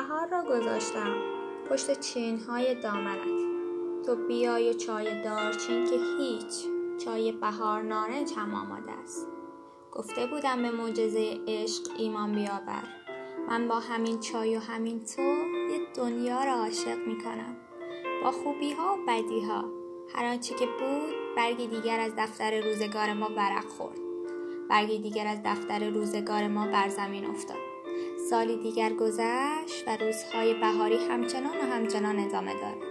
بهار را گذاشتم پشت چینهای دامنت. تو بیای و چای دارچین که هیچ، چای بهار نارنج هم آماده است. گفته بودم به معجزه عشق ایمان بیاور. من با همین چای و همین تو یه دنیا را عاشق میکنم، با خوبی ها و بدی ها. هر آنچه که بود برگی دیگر از دفتر روزگار ما ورق خورد، برگی دیگر از دفتر روزگار ما بر زمین افتاد. سالی دیگر گذشت و روزهای بهاری همچنان ادامه دارد.